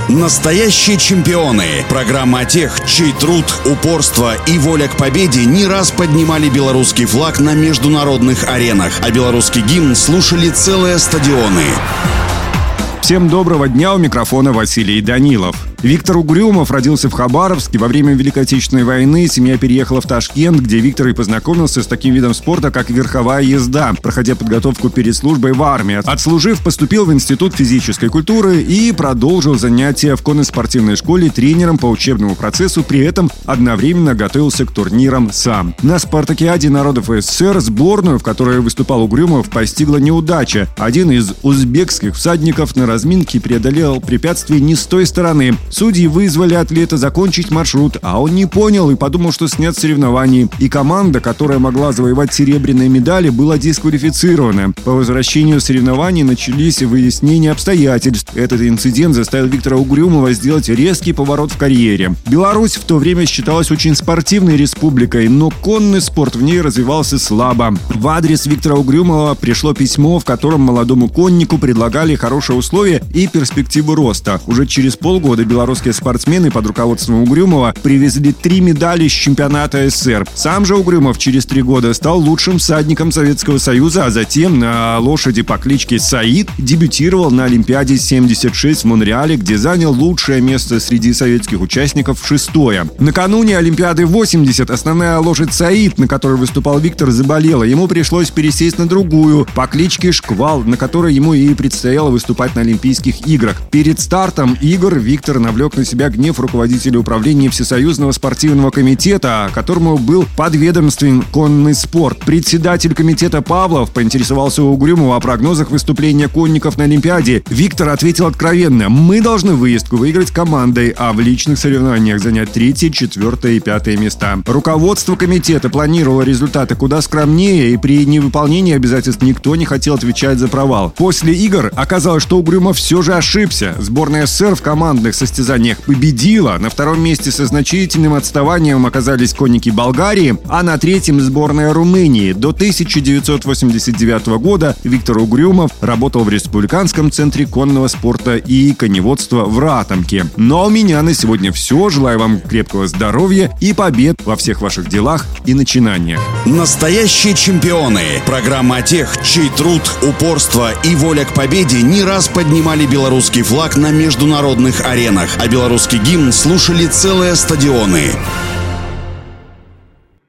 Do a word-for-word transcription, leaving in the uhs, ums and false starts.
Настоящие чемпионы. Программа о тех, чей труд, упорство и воля к победе не раз поднимали белорусский флаг на международных аренах, а белорусский гимн слушали целые стадионы. Всем доброго дня, у микрофона Василий Данилов. Виктор Угрюмов родился в Хабаровске. Во время Великой Отечественной войны семья переехала в Ташкент, где Виктор и познакомился с таким видом спорта, как верховая езда, проходя подготовку перед службой в армии. Отслужив, поступил в Институт физической культуры и продолжил занятия в конно-спортивной школе тренером по учебному процессу, при этом одновременно готовился к турнирам сам. На Спартакиаде народов СССР сборную, в которой выступал Угрюмов, постигла неудача. Один из узбекских всадников на разминке преодолел препятствие не с той стороны. Судьи вызвали атлета закончить маршрут, а он не понял и подумал, что снят с соревнований. И команда, которая могла завоевать серебряные медали, была дисквалифицирована. По возвращению соревнований начались выяснения обстоятельств. Этот инцидент заставил Виктора Угрюмова сделать резкий поворот в карьере. Беларусь в то время считалась очень спортивной республикой, но конный спорт в ней развивался слабо. В адрес Виктора Угрюмова пришло письмо, в котором молодому коннику предлагали хорошие условия и перспективы роста. Уже через полгода белорусские спортсмены под руководством Угрюмова привезли три медали с чемпионата СССР. Сам же Угрюмов через три года стал лучшим всадником Советского Союза, а затем на лошади по кличке Саид дебютировал на Олимпиаде семьдесят шесть в Монреале, где занял лучшее место среди советских участников, шестое. Накануне Олимпиады восемьдесят основная лошадь Саид, на которой выступал Виктор, заболела. Ему пришлось пересесть на другую по кличке Шквал, на которой ему и предстояло выступать на Олимпийских играх. Перед стартом игр Виктор навлек на себя гнев руководителя управления Всесоюзного спортивного комитета, которому был подведомствен конный спорт. Председатель комитета Павлов поинтересовался у Угрюмова о прогнозах выступления конников на Олимпиаде. Виктор ответил откровенно: «Мы должны выездку выиграть командой, а в личных соревнованиях занять третье, четвертое и пятое места». Руководство комитета планировало результаты куда скромнее, и при невыполнении обязательств никто не хотел отвечать за провал. После игр оказалось, что Угрюмов все же ошибся. Сборная СССР в командных состязаниях победила. На втором месте со значительным отставанием оказались конники Болгарии, а на третьем сборная Румынии. До тысяча девятьсот восемьдесят девятого года Виктор Угрюмов работал в Республиканском центре конного спорта и коневодства в Ратомке. Ну а у меня на сегодня все. Желаю вам крепкого здоровья и побед во всех ваших делах и начинаниях. Настоящие чемпионы. Программа о тех, чей труд, упорство и воля к победе не раз поднимали белорусский флаг на международных аренах, а белорусский гимн слушали целые стадионы.